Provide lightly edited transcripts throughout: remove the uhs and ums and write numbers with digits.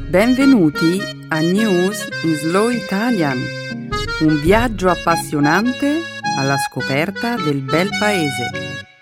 Benvenuti a News in Slow Italian, un viaggio appassionante alla scoperta del bel paese.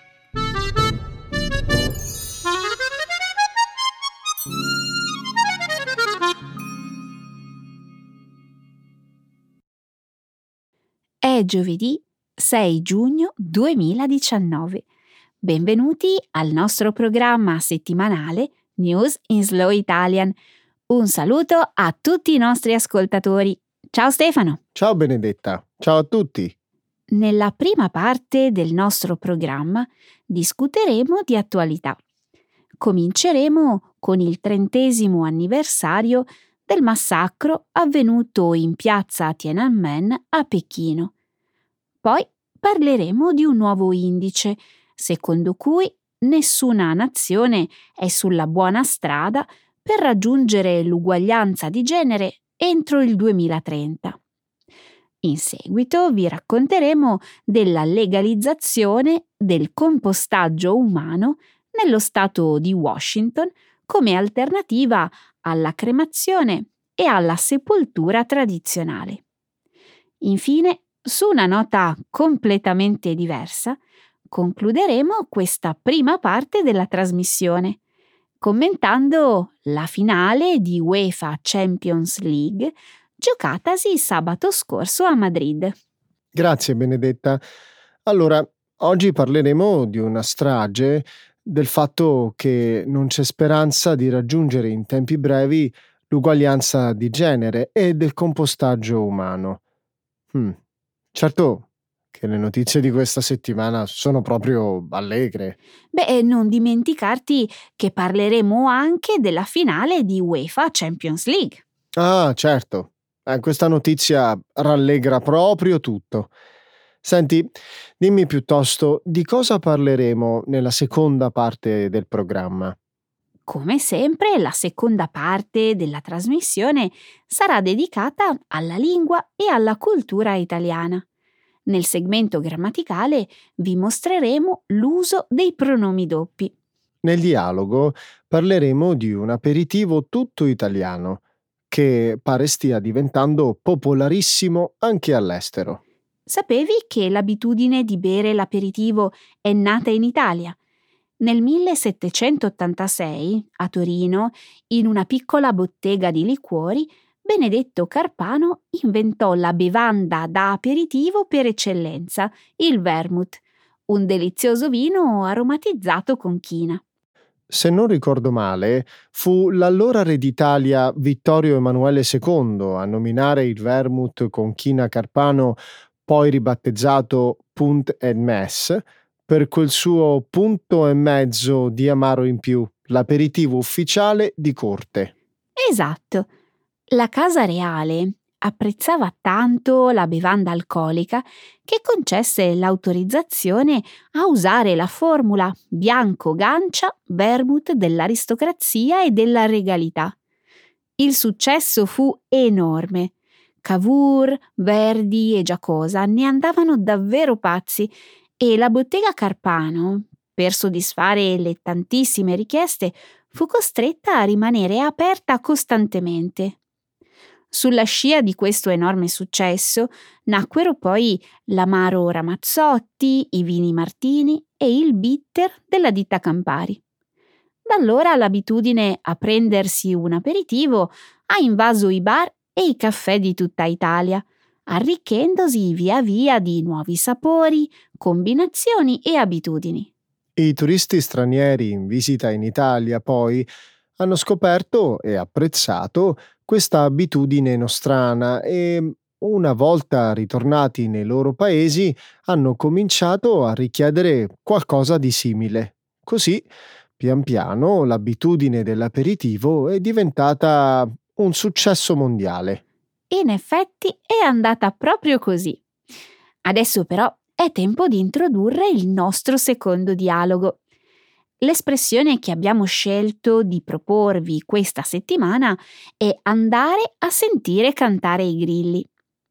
È giovedì 6 giugno 2019. Benvenuti al nostro programma settimanale News in Slow Italian. Un saluto a tutti i nostri ascoltatori. Ciao Stefano. Ciao Benedetta, ciao a tutti. Nella prima parte del nostro programma discuteremo di attualità. Cominceremo con il 30° anniversario del massacro avvenuto in piazza Tiananmen a Pechino. Poi parleremo di un nuovo indice, secondo cui nessuna nazione è sulla buona strada per raggiungere l'uguaglianza di genere entro il 2030. In seguito vi racconteremo della legalizzazione del compostaggio umano nello stato di Washington come alternativa alla cremazione e alla sepoltura tradizionale. Infine, su una nota completamente diversa, concluderemo questa prima parte della trasmissione, commentando la finale di UEFA Champions League giocatasi sabato scorso a Madrid. Grazie Benedetta. Allora, oggi parleremo di una strage, del fatto che non c'è speranza di raggiungere in tempi brevi l'uguaglianza di genere e del compostaggio umano. Certo che le notizie di questa settimana sono proprio allegre. Non dimenticarti che parleremo anche della finale di UEFA Champions League. Ah, certo. Questa notizia rallegra proprio tutto. Senti, dimmi piuttosto di cosa parleremo nella seconda parte del programma. Come sempre, la seconda parte della trasmissione sarà dedicata alla lingua e alla cultura italiana. Nel segmento grammaticale vi mostreremo l'uso dei pronomi doppi. Nel dialogo parleremo di un aperitivo tutto italiano, che pare stia diventando popolarissimo anche all'estero. Sapevi che l'abitudine di bere l'aperitivo è nata in Italia? Nel 1786, a Torino, in una piccola bottega di liquori, Benedetto Carpano inventò la bevanda da aperitivo per eccellenza, il vermouth, un delizioso vino aromatizzato con china. Se non ricordo male, fu l'allora re d'Italia Vittorio Emanuele II a nominare il vermouth con china Carpano, poi ribattezzato Punt & Mess, per quel suo punto e mezzo di amaro in più, l'aperitivo ufficiale di corte. Esatto. La Casa Reale apprezzava tanto la bevanda alcolica che concesse l'autorizzazione a usare la formula bianco-gancia vermouth dell'aristocrazia e della regalità. Il successo fu enorme. Cavour, Verdi e Giacosa ne andavano davvero pazzi e la bottega Carpano, per soddisfare le tantissime richieste, fu costretta a rimanere aperta costantemente. Sulla scia di questo enorme successo nacquero poi l'amaro Ramazzotti, i vini Martini e il bitter della ditta Campari. Da allora l'abitudine a prendersi un aperitivo ha invaso i bar e i caffè di tutta Italia, arricchendosi via via di nuovi sapori, combinazioni e abitudini. I turisti stranieri in visita in Italia, poi, hanno scoperto e apprezzato questa abitudine nostrana e, una volta ritornati nei loro paesi, hanno cominciato a richiedere qualcosa di simile. Così, pian piano, l'abitudine dell'aperitivo è diventata un successo mondiale. In effetti è andata proprio così. Adesso però è tempo di introdurre il nostro secondo dialogo. L'espressione che abbiamo scelto di proporvi questa settimana è andare a sentire cantare i grilli.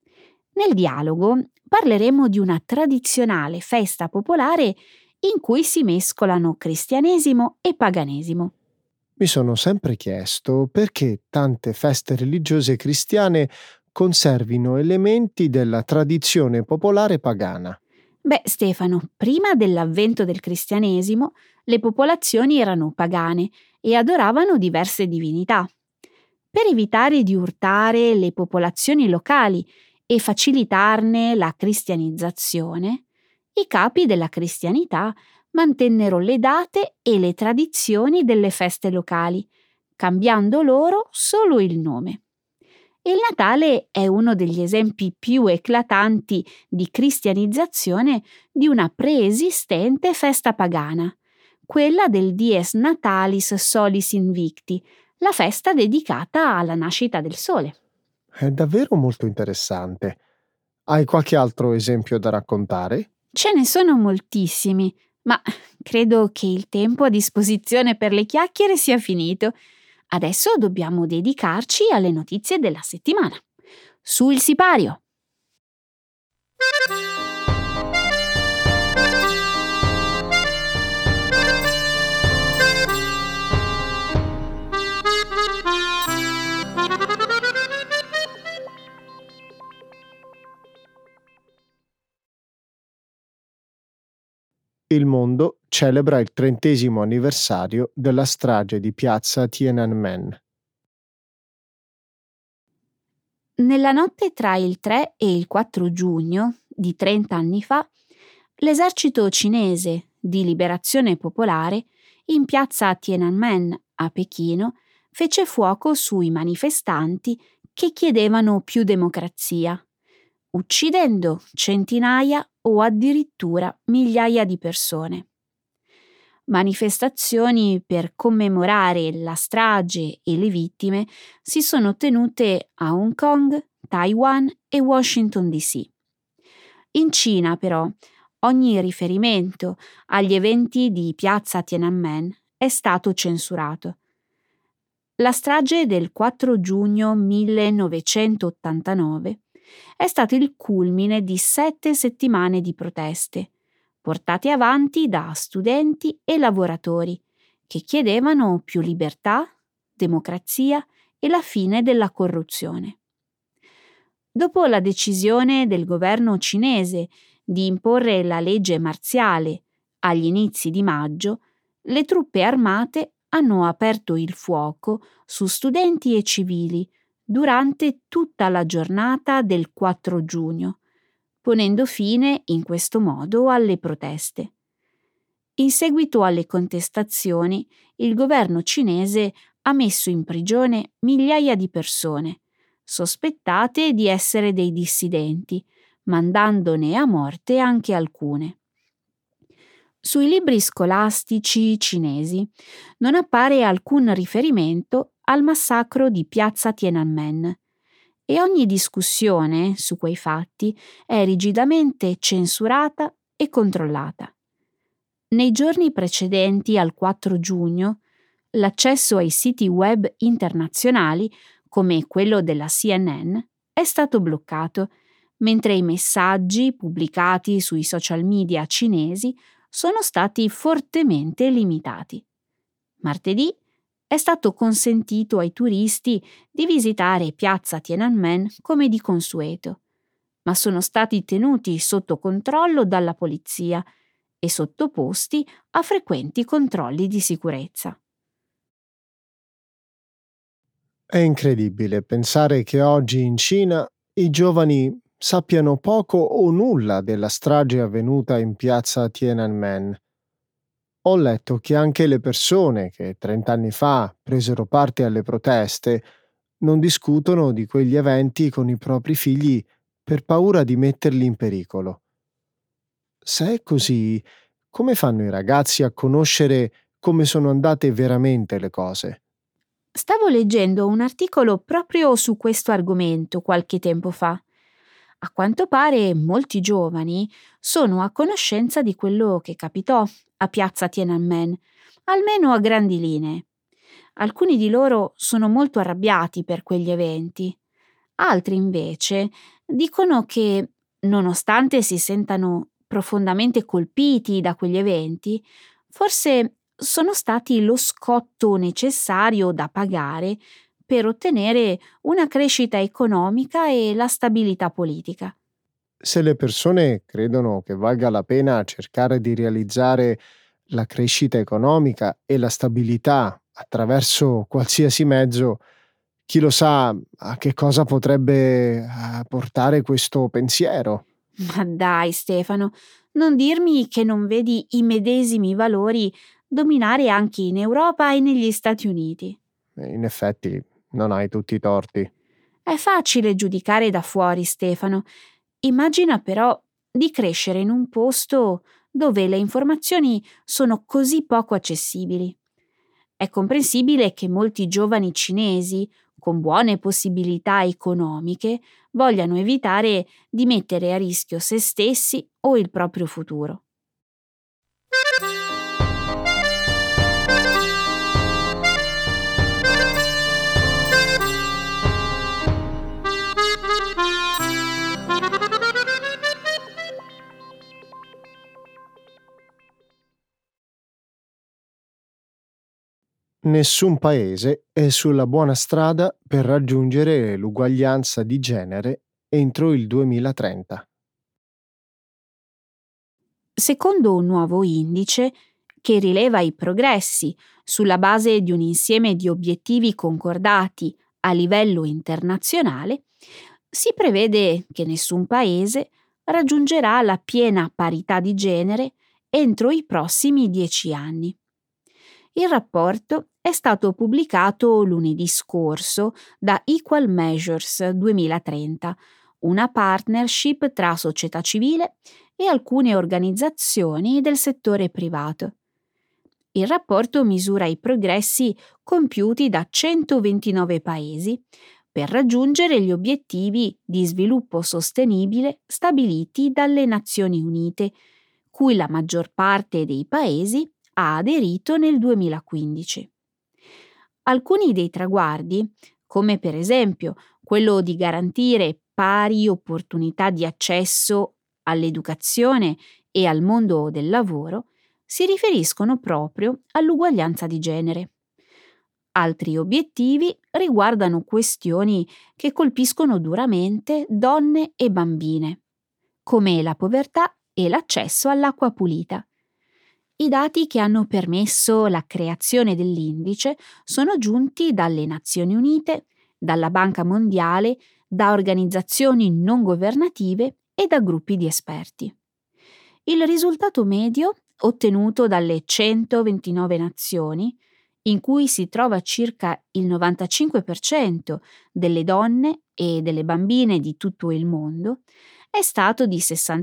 Nel dialogo parleremo di una tradizionale festa popolare in cui si mescolano cristianesimo e paganesimo. Mi sono sempre chiesto perché tante feste religiose cristiane conservino elementi della tradizione popolare pagana. Beh, Stefano, prima dell'avvento del cristianesimo, le popolazioni erano pagane e adoravano diverse divinità. Per evitare di urtare le popolazioni locali e facilitarne la cristianizzazione, i capi della cristianità mantennero le date e le tradizioni delle feste locali, cambiando loro solo il nome. Il Natale è uno degli esempi più eclatanti di cristianizzazione di una preesistente festa pagana, quella del Dies Natalis Solis Invicti, la festa dedicata alla nascita del sole. È davvero molto interessante. Hai qualche altro esempio da raccontare? Ce ne sono moltissimi, ma credo che il tempo a disposizione per le chiacchiere sia finito. Adesso dobbiamo dedicarci alle notizie della settimana. Sul sipario! Il mondo celebra il 30° anniversario della strage di piazza Tiananmen. Nella notte tra il 3 e il 4 giugno di 30 anni fa, l'esercito cinese di liberazione popolare in piazza Tiananmen a Pechino fece fuoco sui manifestanti che chiedevano più democrazia, uccidendo centinaia o addirittura migliaia di persone. Manifestazioni per commemorare la strage e le vittime si sono tenute a Hong Kong, Taiwan e Washington DC. In Cina, però, ogni riferimento agli eventi di piazza Tiananmen è stato censurato. La strage del 4 giugno 1989 è stato il culmine di 7 settimane di proteste, portate avanti da studenti e lavoratori che chiedevano più libertà, democrazia e la fine della corruzione. Dopo la decisione del governo cinese di imporre la legge marziale agli inizi di maggio, le truppe armate hanno aperto il fuoco su studenti e civili durante tutta la giornata del 4 giugno, ponendo fine in questo modo alle proteste. In seguito alle contestazioni, il governo cinese ha messo in prigione migliaia di persone, sospettate di essere dei dissidenti, mandandone a morte anche alcune. Sui libri scolastici cinesi non appare alcun riferimento al massacro di piazza Tiananmen e ogni discussione su quei fatti è rigidamente censurata e controllata. Nei giorni precedenti al 4 giugno, l'accesso ai siti web internazionali, come quello della CNN, è stato bloccato, mentre i messaggi pubblicati sui social media cinesi sono stati fortemente limitati. Martedì è stato consentito ai turisti di visitare piazza Tiananmen come di consueto, ma sono stati tenuti sotto controllo dalla polizia e sottoposti a frequenti controlli di sicurezza. È incredibile pensare che oggi in Cina i giovani sappiano poco o nulla della strage avvenuta in piazza Tiananmen. Ho letto che anche le persone che 30 anni fa presero parte alle proteste non discutono di quegli eventi con i propri figli per paura di metterli in pericolo. Se è così, come fanno i ragazzi a conoscere come sono andate veramente le cose? Stavo leggendo un articolo proprio su questo argomento qualche tempo fa. A quanto pare molti giovani sono a conoscenza di quello che capitò a piazza Tiananmen, almeno a grandi linee. Alcuni di loro sono molto arrabbiati per quegli eventi. Altri invece dicono che, nonostante si sentano profondamente colpiti da quegli eventi, forse sono stati lo scotto necessario da pagare per ottenere una crescita economica e la stabilità politica. Se le persone credono che valga la pena cercare di realizzare la crescita economica e la stabilità attraverso qualsiasi mezzo, chi lo sa a che cosa potrebbe portare questo pensiero. Ma dai, Stefano, non dirmi che non vedi i medesimi valori dominare anche in Europa e negli Stati Uniti. In effetti, non hai tutti i torti. È facile giudicare da fuori, Stefano. Immagina però di crescere in un posto dove le informazioni sono così poco accessibili. È comprensibile che molti giovani cinesi, con buone possibilità economiche, vogliano evitare di mettere a rischio se stessi o il proprio futuro. Nessun paese è sulla buona strada per raggiungere l'uguaglianza di genere entro il 2030. Secondo un nuovo indice che rileva i progressi sulla base di un insieme di obiettivi concordati a livello internazionale, si prevede che nessun paese raggiungerà la piena parità di genere entro i prossimi 10 anni. Il rapporto è stato pubblicato lunedì scorso da Equal Measures 2030, una partnership tra società civile e alcune organizzazioni del settore privato. Il rapporto misura i progressi compiuti da 129 paesi per raggiungere gli obiettivi di sviluppo sostenibile stabiliti dalle Nazioni Unite, cui la maggior parte dei paesi ha aderito nel 2015. Alcuni dei traguardi, come per esempio quello di garantire pari opportunità di accesso all'educazione e al mondo del lavoro, si riferiscono proprio all'uguaglianza di genere. Altri obiettivi riguardano questioni che colpiscono duramente donne e bambine, come la povertà e l'accesso all'acqua pulita. I dati che hanno permesso la creazione dell'indice sono giunti dalle Nazioni Unite, dalla Banca Mondiale, da organizzazioni non governative e da gruppi di esperti. Il risultato medio, ottenuto dalle 129 nazioni, in cui si trova circa il 95% delle donne e delle bambine di tutto il mondo, è stato di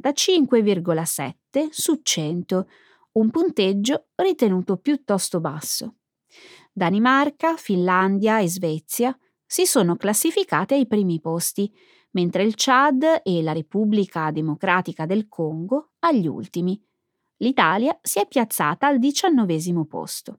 65,7 su 100, un punteggio ritenuto piuttosto basso. Danimarca, Finlandia e Svezia si sono classificate ai primi posti, mentre il Chad e la Repubblica Democratica del Congo agli ultimi. L'Italia si è piazzata al 19° posto.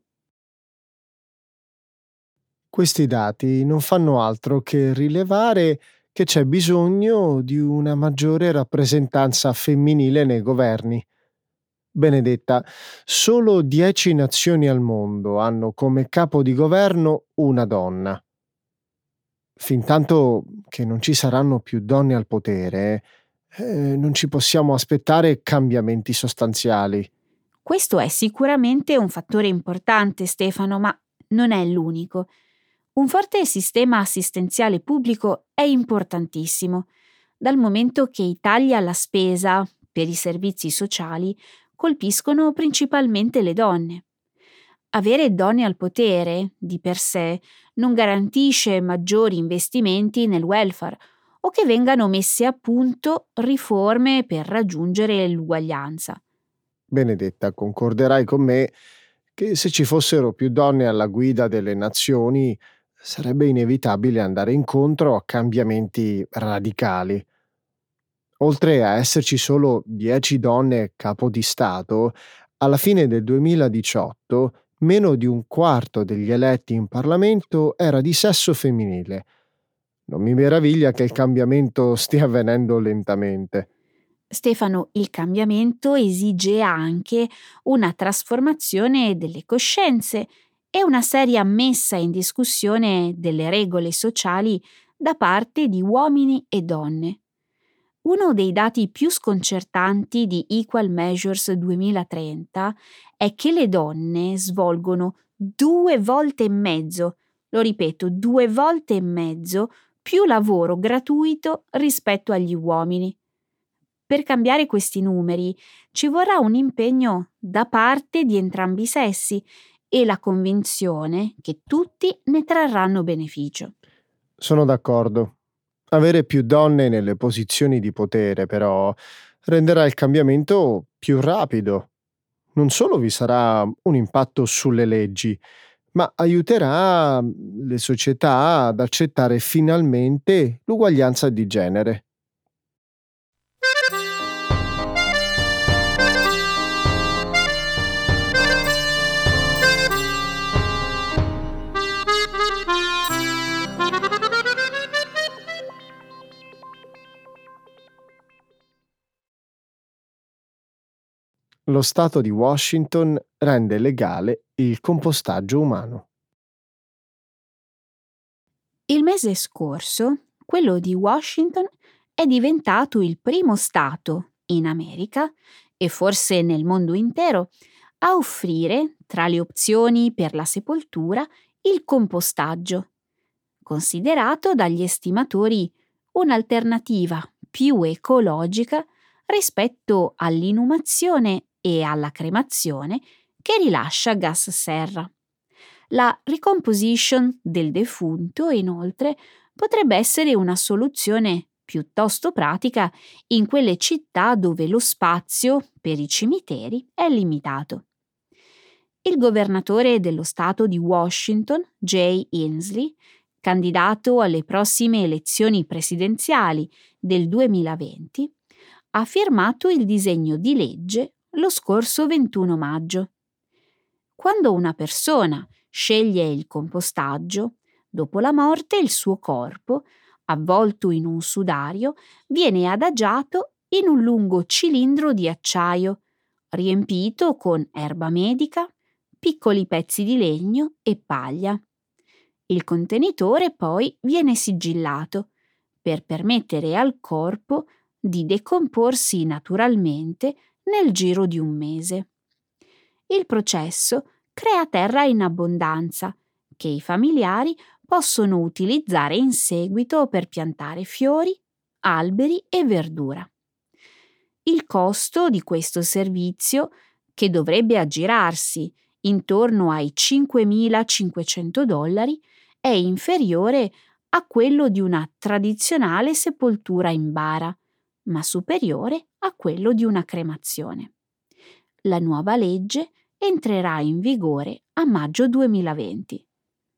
Questi dati non fanno altro che rilevare che c'è bisogno di una maggiore rappresentanza femminile nei governi. Benedetta, solo 10 nazioni al mondo hanno come capo di governo una donna. Fintanto che non ci saranno più donne al potere, non ci possiamo aspettare cambiamenti sostanziali. Questo è sicuramente un fattore importante, Stefano, ma non è l'unico. Un forte sistema assistenziale pubblico è importantissimo, dal momento che i tagli alla spesa per i servizi sociali colpiscono principalmente le donne. Avere donne al potere, di per sé, non garantisce maggiori investimenti nel welfare o che vengano messe a punto riforme per raggiungere l'uguaglianza. Benedetta, concorderai con me che se ci fossero più donne alla guida delle nazioni, sarebbe inevitabile andare incontro a cambiamenti radicali. Oltre a esserci solo 10 donne capo di Stato, alla fine del 2018 meno di un quarto degli eletti in Parlamento era di sesso femminile. Non mi meraviglia che il cambiamento stia avvenendo lentamente. Stefano, il cambiamento esige anche una trasformazione delle coscienze e una seria messa in discussione delle regole sociali da parte di uomini e donne. Uno dei dati più sconcertanti di Equal Measures 2030 è che le donne svolgono 2 volte e mezzo, lo ripeto, 2 volte e mezzo più lavoro gratuito rispetto agli uomini. Per cambiare questi numeri ci vorrà un impegno da parte di entrambi i sessi e la convinzione che tutti ne trarranno beneficio. Sono d'accordo. Avere più donne nelle posizioni di potere, però, renderà il cambiamento più rapido. Non solo vi sarà un impatto sulle leggi, ma aiuterà le società ad accettare finalmente l'uguaglianza di genere. Lo Stato di Washington rende legale il compostaggio umano. Il mese scorso, quello di Washington è diventato il primo Stato in America e forse nel mondo intero a offrire, tra le opzioni per la sepoltura, il compostaggio, considerato dagli estimatori un'alternativa più ecologica rispetto all'inumazione e alla cremazione che rilascia gas serra. La recomposition del defunto, inoltre, potrebbe essere una soluzione piuttosto pratica in quelle città dove lo spazio per i cimiteri è limitato. Il governatore dello stato di Washington, Jay Inslee, candidato alle prossime elezioni presidenziali del 2020, ha firmato il disegno di legge lo scorso 21 maggio. Quando una persona sceglie il compostaggio, dopo la morte il suo corpo, avvolto in un sudario, viene adagiato in un lungo cilindro di acciaio, riempito con erba medica, piccoli pezzi di legno e paglia. Il contenitore poi viene sigillato per permettere al corpo di decomporsi naturalmente nel giro di un mese. Il processo crea terra in abbondanza che i familiari possono utilizzare in seguito per piantare fiori, alberi e verdura. Il costo di questo servizio, che dovrebbe aggirarsi intorno ai $5.500, è inferiore a quello di una tradizionale sepoltura in bara, ma superiore a quello di una cremazione. La nuova legge entrerà in vigore a maggio 2020.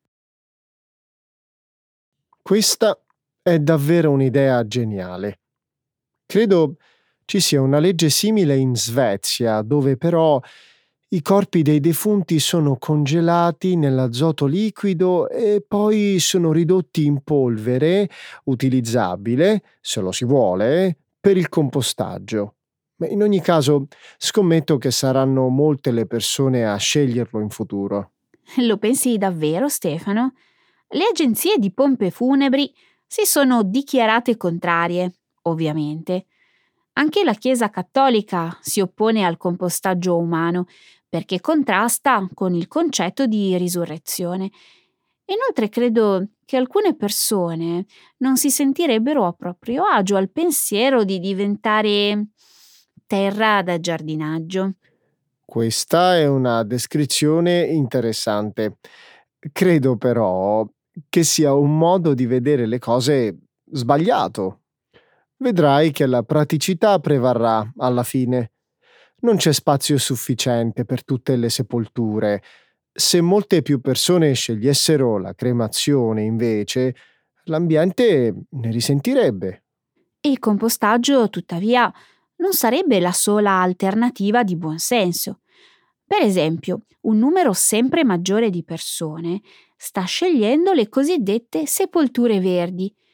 Questa è davvero un'idea geniale. Credo ci sia una legge simile in Svezia, dove però i corpi dei defunti sono congelati nell'azoto liquido e poi sono ridotti in polvere utilizzabile, se lo si vuole, per il compostaggio. Ma in ogni caso, scommetto che saranno molte le persone a sceglierlo in futuro. Lo pensi davvero, Stefano? Le agenzie di pompe funebri si sono dichiarate contrarie, ovviamente. Anche la Chiesa Cattolica si oppone al compostaggio umano perché contrasta con il concetto di risurrezione. Inoltre credo che alcune persone non si sentirebbero a proprio agio al pensiero di diventare terra da giardinaggio. Questa è una descrizione interessante. Credo però che sia un modo di vedere le cose sbagliato. Vedrai che la praticità prevarrà alla fine. Non c'è spazio sufficiente per tutte le sepolture. Se molte più persone scegliessero la cremazione, invece, l'ambiente ne risentirebbe. Il compostaggio, tuttavia, non sarebbe la sola alternativa di buon senso. Per esempio, un numero sempre maggiore di persone sta scegliendo le cosiddette sepolture verdi,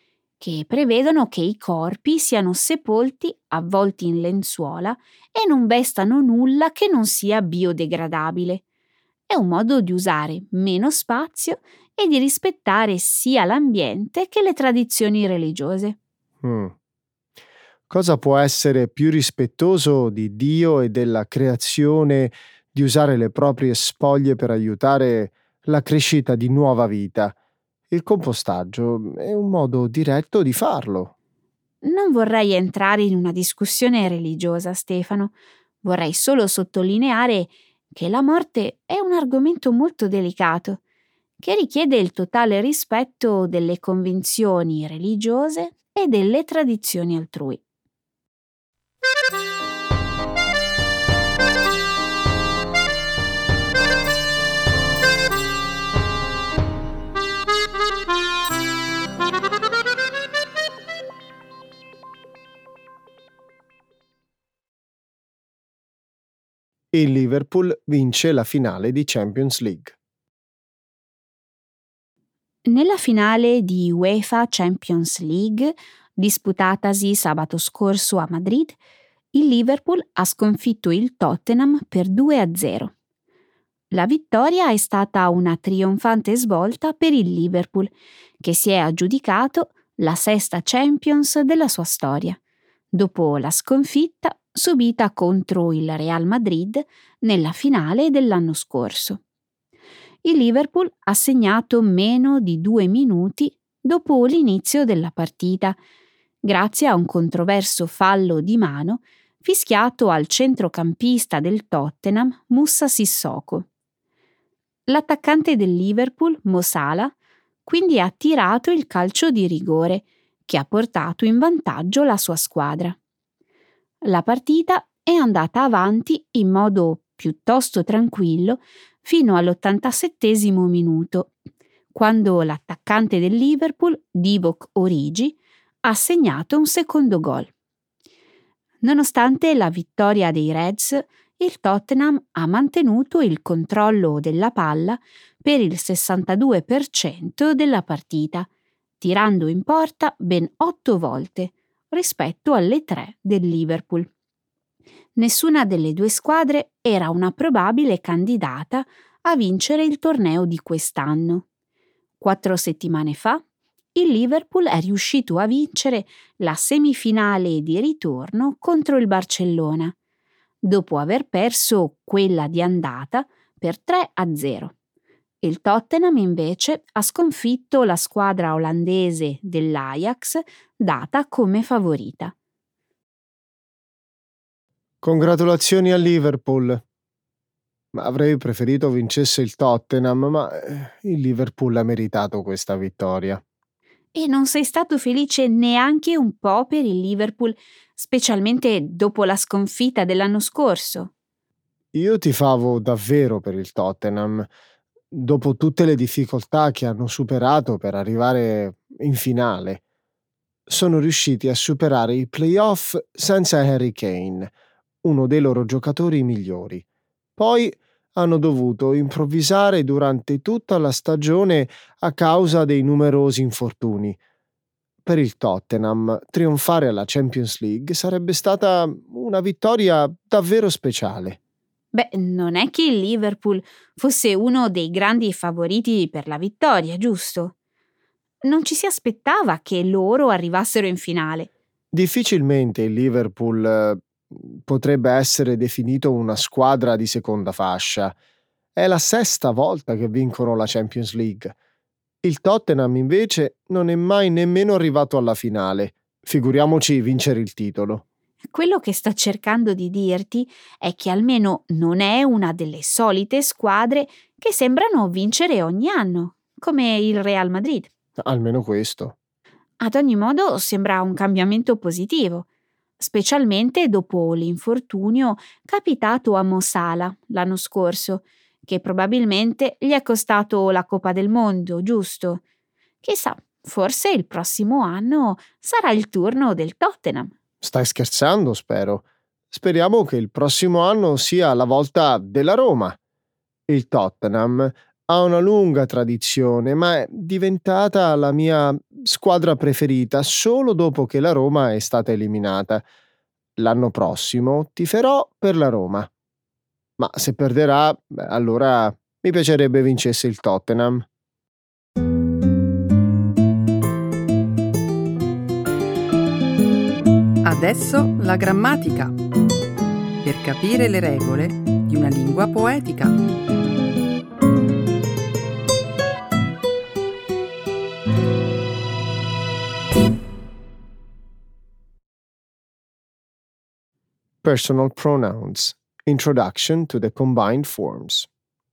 che prevedono che i corpi siano sepolti avvolti in lenzuola e non vestano nulla che non sia biodegradabile. È un modo di usare meno spazio e di rispettare sia l'ambiente che le tradizioni religiose. Mm. Cosa può essere più rispettoso di Dio e della creazione di usare le proprie spoglie per aiutare la crescita di nuova vita? Il compostaggio è un modo diretto di farlo. Non vorrei entrare in una discussione religiosa, Stefano. Vorrei solo sottolineare che la morte è un argomento molto delicato, che richiede il totale rispetto delle convinzioni religiose e delle tradizioni altrui. Il Liverpool vince la finale di Champions League. Nella finale di UEFA Champions League, disputatasi sabato scorso a Madrid, il Liverpool ha sconfitto il Tottenham per 2-0. La vittoria è stata una trionfante svolta per il Liverpool, che si è aggiudicato la sesta Champions della sua storia, dopo la sconfitta subita contro il Real Madrid nella finale dell'anno scorso. Il Liverpool ha segnato meno di 2 minuti dopo l'inizio della partita, grazie a un controverso fallo di mano fischiato al centrocampista del Tottenham Moussa Sissoko. L'attaccante del Liverpool, Mo Salah, quindi ha tirato il calcio di rigore, che ha portato in vantaggio la sua squadra. La partita è andata avanti in modo piuttosto tranquillo fino all'87° minuto, quando l'attaccante del Liverpool, Divock Origi, ha segnato un secondo gol. Nonostante la vittoria dei Reds, il Tottenham ha mantenuto il controllo della palla per il 62% della partita, tirando in porta ben 8 volte rispetto alle 3 del Liverpool. Nessuna delle due squadre era una probabile candidata a vincere il torneo di quest'anno. 4 settimane fa, il Liverpool è riuscito a vincere la semifinale di ritorno contro il Barcellona, dopo aver perso quella di andata per 3-0. Il Tottenham invece ha sconfitto la squadra olandese dell'Ajax, data come favorita. Congratulazioni al Liverpool. Avrei preferito vincesse il Tottenham, ma il Liverpool ha meritato questa vittoria. E non sei stato felice neanche un po' per il Liverpool, specialmente dopo la sconfitta dell'anno scorso? Io tifavo davvero per il Tottenham, dopo tutte le difficoltà che hanno superato per arrivare in finale. Sono riusciti a superare i playoff senza Harry Kane, uno dei loro giocatori migliori. Poi hanno dovuto improvvisare durante tutta la stagione a causa dei numerosi infortuni. Per il Tottenham, trionfare alla Champions League sarebbe stata una vittoria davvero speciale. Beh, non è che il Liverpool fosse uno dei grandi favoriti per la vittoria, giusto? Non ci si aspettava che loro arrivassero in finale. Difficilmente il Liverpool potrebbe essere definito una squadra di seconda fascia. È la 6ª volta che vincono la Champions League. Il Tottenham invece non è mai nemmeno arrivato alla finale. Figuriamoci vincere il titolo. Quello che sto cercando di dirti è che almeno non è una delle solite squadre che sembrano vincere ogni anno, come il Real Madrid. Almeno questo. Ad ogni modo sembra un cambiamento positivo, specialmente dopo l'infortunio capitato a Mo Salah l'anno scorso, che probabilmente gli è costato la Coppa del Mondo, giusto? Chissà, forse il prossimo anno sarà il turno del Tottenham. Stai scherzando, spero. Speriamo che il prossimo anno sia la volta della Roma. Il Tottenham Ha una lunga tradizione, ma è diventata la mia squadra preferita solo dopo che la Roma è stata eliminata. L'anno prossimo tiferò per la Roma, ma se perderà, beh, allora mi piacerebbe vincesse il Tottenham. Adesso la grammatica, per capire le regole di una lingua poetica. Personal pronouns. Introduction to the combined forms.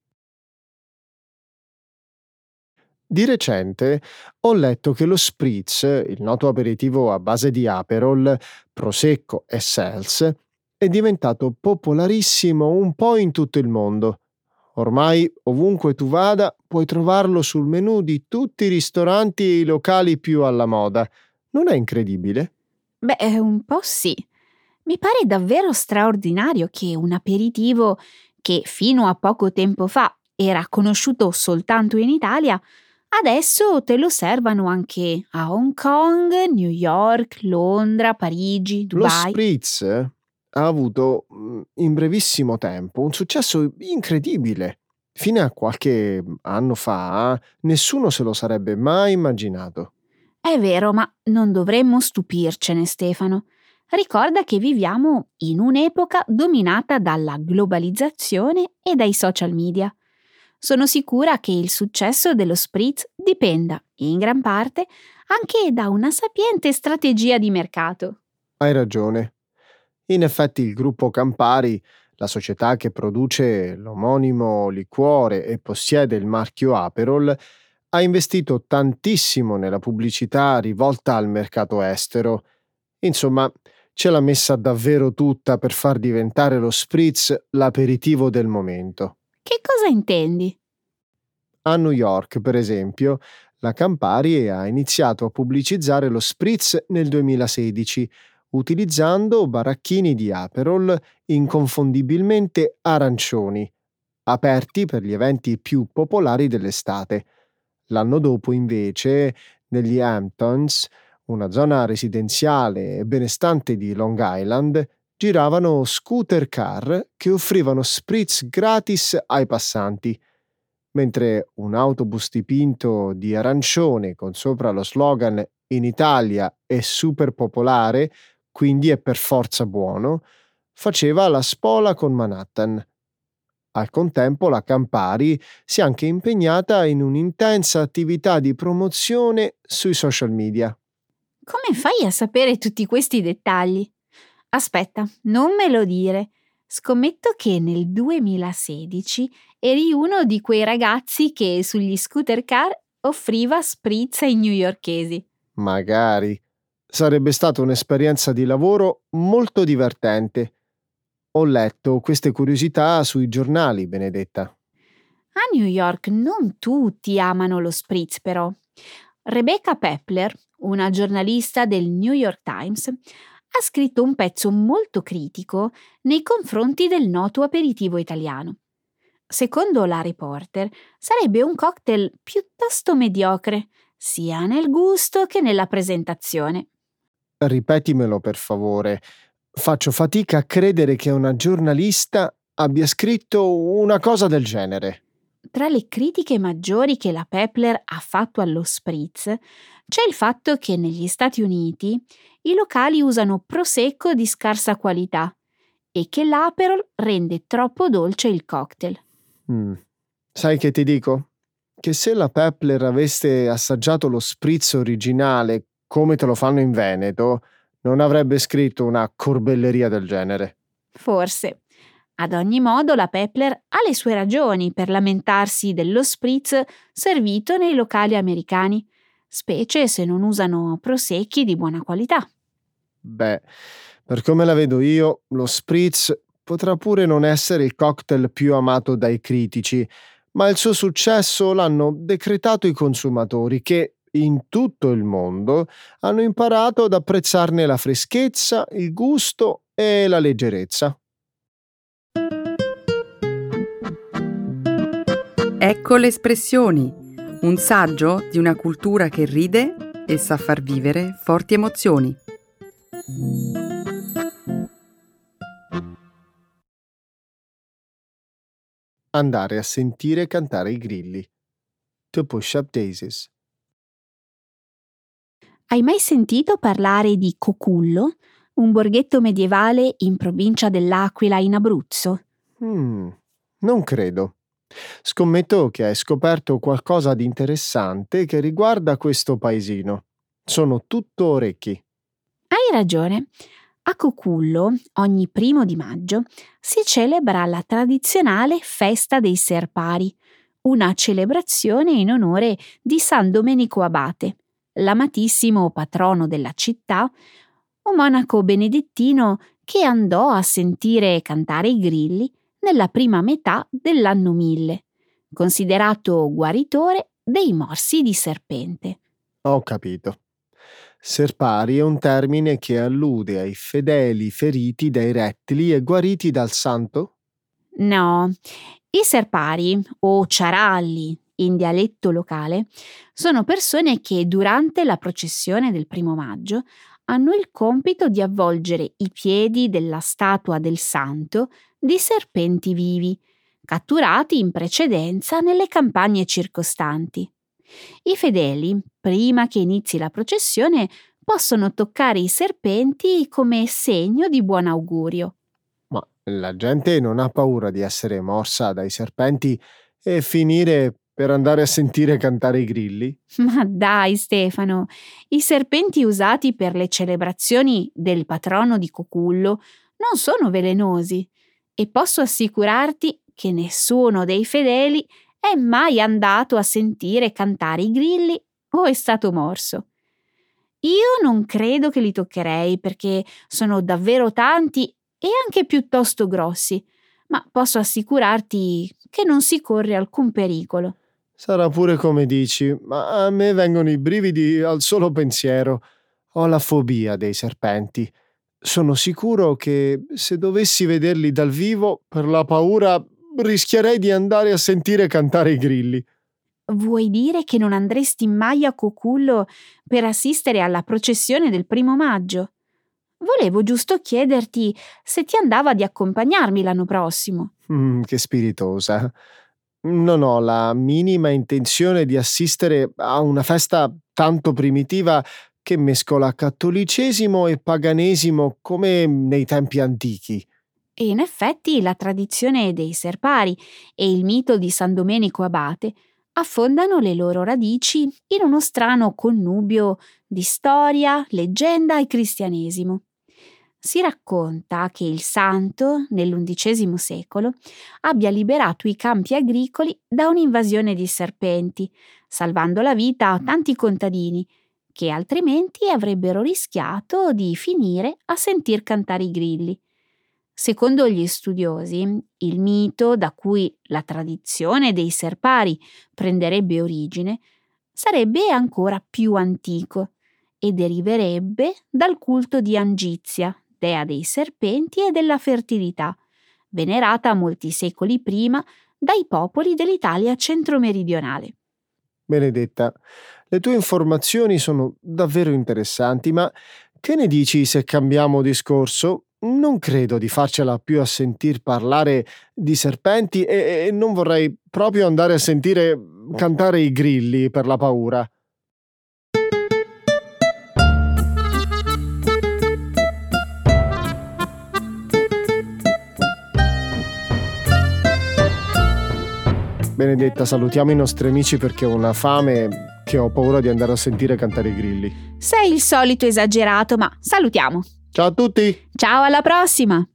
Di recente ho letto che lo spritz, il noto aperitivo a base di Aperol, Prosecco e Seltz, è diventato popolarissimo un po' in tutto il mondo. Ormai ovunque tu vada puoi trovarlo sul menù di tutti i ristoranti e i locali più alla moda. Non è incredibile? Beh, un po' sì. Mi pare davvero straordinario che un aperitivo che fino a poco tempo fa era conosciuto soltanto in Italia, adesso te lo servano anche a Hong Kong, New York, Londra, Parigi, Lo Dubai. spritz ha avuto in brevissimo tempo un successo incredibile. Fino a qualche anno fa nessuno se lo sarebbe mai immaginato. È vero, ma non dovremmo stupircene, Stefano. Ricorda che viviamo in un'epoca dominata dalla globalizzazione e dai social media. Sono sicura che il successo dello spritz dipenda, in gran parte, anche da una sapiente strategia di mercato. Hai ragione. In effetti il gruppo Campari, la società che produce l'omonimo liquore e possiede il marchio Aperol, ha investito tantissimo nella pubblicità rivolta al mercato estero. Insomma, ce l'ha messa davvero tutta per far diventare lo spritz l'aperitivo del momento. Che cosa intendi? A New York, per esempio, la Campari ha iniziato a pubblicizzare lo spritz nel 2016, utilizzando baracchini di Aperol inconfondibilmente arancioni, aperti per gli eventi più popolari dell'estate. L'anno dopo, invece, negli Hamptons, una zona residenziale e benestante di Long Island, giravano scooter car che offrivano spritz gratis ai passanti, mentre un autobus dipinto di arancione con sopra lo slogan "In Italia è super popolare, quindi è per forza buono", faceva la spola con Manhattan. Al contempo la Campari si è anche impegnata in un'intensa attività di promozione sui social media. Come fai a sapere tutti questi dettagli? Aspetta, non me lo dire. Scommetto che nel 2016 eri uno di quei ragazzi che sugli scooter car offriva spritz ai newyorkesi. Magari. Sarebbe stata un'esperienza di lavoro molto divertente. Ho letto queste curiosità sui giornali, Benedetta. A New York non tutti amano lo spritz, però. Rebecca Peppler, una giornalista del New York Times, ha scritto un pezzo molto critico nei confronti del noto aperitivo italiano. Secondo la reporter, sarebbe un cocktail piuttosto mediocre, sia nel gusto che nella presentazione. Ripetimelo per favore. Faccio fatica a credere che una giornalista abbia scritto una cosa del genere. Tra le critiche maggiori che la Peppler ha fatto allo spritz c'è il fatto che negli Stati Uniti i locali usano prosecco di scarsa qualità e che l'Aperol rende troppo dolce il cocktail. Sai che ti dico? Che se la Peppler avesse assaggiato lo spritz originale come te lo fanno in Veneto, non avrebbe scritto una corbelleria del genere. Forse. Ad ogni modo, la Peppler ha le sue ragioni per lamentarsi dello spritz servito nei locali americani, specie se non usano prosecchi di buona qualità. Beh, per come la vedo io, lo spritz potrà pure non essere il cocktail più amato dai critici, ma il suo successo l'hanno decretato i consumatori che, in tutto il mondo, hanno imparato ad apprezzarne la freschezza, il gusto e la leggerezza. Ecco le espressioni, un saggio di una cultura che ride e sa far vivere forti emozioni. Andare a sentire cantare i grilli. To push up daisies. Hai mai sentito parlare di Cocullo, un borghetto medievale in provincia dell'Aquila in Abruzzo? Non credo. Scommetto che hai scoperto qualcosa di interessante che riguarda questo paesino. Sono tutto orecchi. Hai ragione. A Cocullo, ogni 1° maggio, si celebra la tradizionale Festa dei Serpari, una celebrazione in onore di San Domenico Abate, l'amatissimo patrono della città, un monaco benedettino che andò a sentire cantare i grilli nella prima metà dell'anno 1000, considerato guaritore dei morsi di serpente. Ho capito. Serpari è un termine che allude ai fedeli feriti dai rettili e guariti dal santo? No, i serpari, o ciaralli in dialetto locale, sono persone che durante la processione del 1° maggio hanno il compito di avvolgere i piedi della statua del santo di serpenti vivi, catturati in precedenza nelle campagne circostanti. I fedeli, prima che inizi la processione, possono toccare i serpenti come segno di buon augurio. Ma la gente non ha paura di essere morsa dai serpenti e finire per andare a sentire cantare i grilli? Ma dai, Stefano, i serpenti usati per le celebrazioni del patrono di Cocullo non sono velenosi e posso assicurarti che nessuno dei fedeli è mai andato a sentire cantare i grilli o è stato morso. Io non credo che li toccherei perché sono davvero tanti e anche piuttosto grossi, ma posso assicurarti che non si corre alcun pericolo. Sarà pure come dici, ma a me vengono i brividi al solo pensiero. Ho la fobia dei serpenti. Sono sicuro che se dovessi vederli dal vivo, per la paura, rischierei di andare a sentire cantare i grilli. Vuoi dire che non andresti mai a Cocullo per assistere alla processione del 1° maggio? Volevo giusto chiederti se ti andava di accompagnarmi l'anno prossimo. Che spiritosa. Non ho la minima intenzione di assistere a una festa tanto primitiva che mescola cattolicesimo e paganesimo come nei tempi antichi. E in effetti la tradizione dei Serpari e il mito di San Domenico Abate affondano le loro radici in uno strano connubio di storia, leggenda e cristianesimo. Si racconta che il santo, nell'XI secolo, abbia liberato i campi agricoli da un'invasione di serpenti, salvando la vita a tanti contadini, che altrimenti avrebbero rischiato di finire a sentir cantare i grilli. Secondo gli studiosi, il mito da cui la tradizione dei Serpari prenderebbe origine sarebbe ancora più antico e deriverebbe dal culto di Angizia, dea dei serpenti e della fertilità, venerata molti secoli prima dai popoli dell'Italia centro-meridionale. Benedetta, le tue informazioni sono davvero interessanti, ma che ne dici se cambiamo discorso? Non credo di farcela più a sentir parlare di serpenti e non vorrei proprio andare a sentire cantare i grilli per la paura. Benedetta, salutiamo i nostri amici perché ho una fame che ho paura di andare a sentire cantare i grilli. Sei il solito esagerato, ma salutiamo. Ciao a tutti! Ciao, alla prossima!